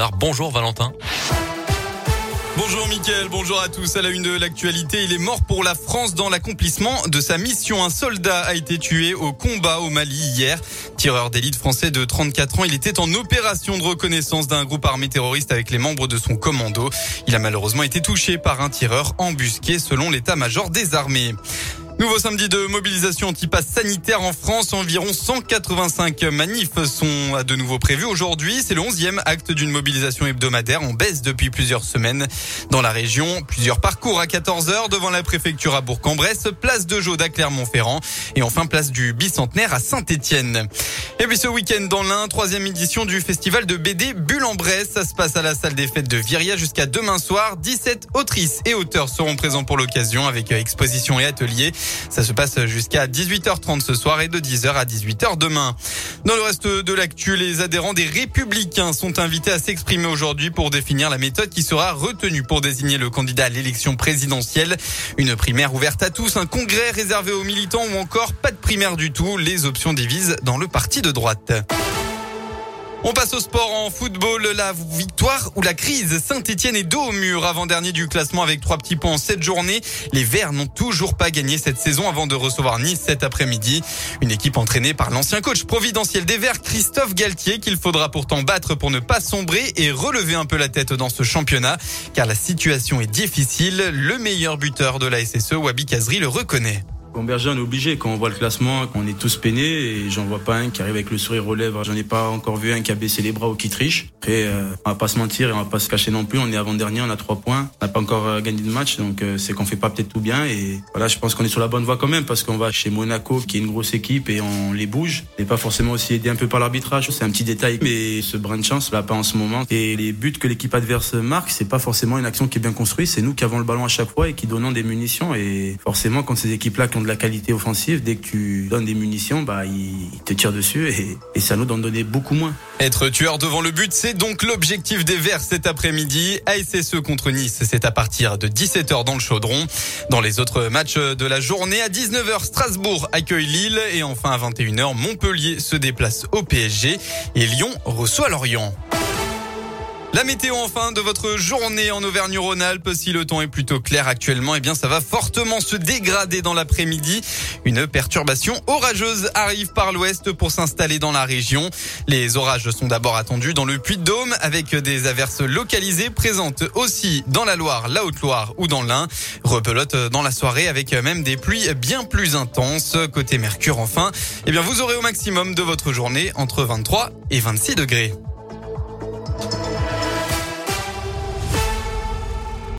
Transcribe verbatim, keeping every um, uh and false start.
Bernard. Bonjour Valentin. Bonjour Mickaël, bonjour à tous. À la une de l'actualité, il est mort pour la France dans l'accomplissement de sa mission. Un soldat a été tué au combat au Mali hier. Tireur d'élite français de trente-quatre ans, il était en opération de reconnaissance d'un groupe armé terroriste avec les membres de son commando. Il a malheureusement été touché par un tireur embusqué selon l'état-major des armées. Nouveau samedi de mobilisation anti-pass sanitaire en France. Environ cent quatre-vingt-cinq manifs sont de nouveau prévus aujourd'hui. C'est le onzième acte d'une mobilisation hebdomadaire en baisse depuis plusieurs semaines. Dans la région, plusieurs parcours à quatorze heures devant la préfecture à Bourg-en-Bresse, place de Jaude à Clermont-Ferrand et enfin place du Bicentenaire à Saint-Étienne. Et puis ce week-end dans l'Ain, troisième édition du festival de B D Bulle-en-Bresse. Ça se passe à la salle des fêtes de Viria jusqu'à demain soir. dix-sept autrices et auteurs seront présents pour l'occasion avec exposition et ateliers. Ça se passe jusqu'à dix-huit heures trente ce soir et de dix heures à dix-huit heures demain. Dans le reste de l'actu, les adhérents des Républicains sont invités à s'exprimer aujourd'hui pour définir la méthode qui sera retenue pour désigner le candidat à l'élection présidentielle. Une primaire ouverte à tous, un congrès réservé aux militants ou encore pas de primaire du tout. Les options divisent dans le parti de droite. On passe au sport en football, la victoire ou la crise. Saint-Étienne est dos au mur, avant-dernier du classement avec trois petits points en sept journées. Les Verts n'ont toujours pas gagné cette saison avant de recevoir Nice cet après-midi. Une équipe entraînée par l'ancien coach providentiel des Verts, Christophe Galtier, qu'il faudra pourtant battre pour ne pas sombrer et relever un peu la tête dans ce championnat. Car la situation est difficile. Le meilleur buteur de la S S E, Wabi Kazri, le reconnaît. Bon, Berger, on est obligé. Quand on voit le classement, on est tous peinés et j'en vois pas un qui arrive avec le sourire aux lèvres. J'en ai pas encore vu un qui a baissé les bras ou qui triche. Après, euh, on va pas se mentir et on va pas se cacher non plus. On est avant-dernier, on a trois points. On n'a pas encore euh, gagné de match, donc euh, c'est qu'on fait pas peut-être tout bien. Et voilà, je pense qu'on est sur la bonne voie quand même parce qu'on va chez Monaco, qui est une grosse équipe et on les bouge. On n'est pas forcément aussi aidé un peu par l'arbitrage. C'est un petit détail, mais ce brin de chance, là, pas en ce moment. Et les buts que l'équipe adverse marque, c'est pas forcément une action qui est bien construite. C'est nous qui avons le ballon à chaque fois et qui donnons des munitions. Et forcément, quand ces équipes-là qui ont de la qualité offensive, dès que tu donnes des munitions, bah, ils te tirent dessus et, et c'est à nous d'en donner beaucoup moins. Être tueur devant le but, c'est donc l'objectif des Verts cet après-midi. A S S E contre Nice, c'est à partir de dix-sept heures dans le Chaudron. Dans les autres matchs de la journée, à dix-neuf heures, Strasbourg accueille Lille et enfin à vingt et une heures, Montpellier se déplace au P S G et Lyon reçoit Lorient. La météo enfin de votre journée en Auvergne-Rhône-Alpes. Si le temps est plutôt clair actuellement, eh bien ça va fortement se dégrader dans l'après-midi. Une perturbation orageuse arrive par l'ouest pour s'installer dans la région. Les orages sont d'abord attendus dans le Puy-de-Dôme avec des averses localisées présentes aussi dans la Loire, la Haute-Loire ou dans l'Ain. Rebelote dans la soirée avec même des pluies bien plus intenses. Côté Mercure enfin, eh bien vous aurez au maximum de votre journée entre vingt-trois et vingt-six degrés.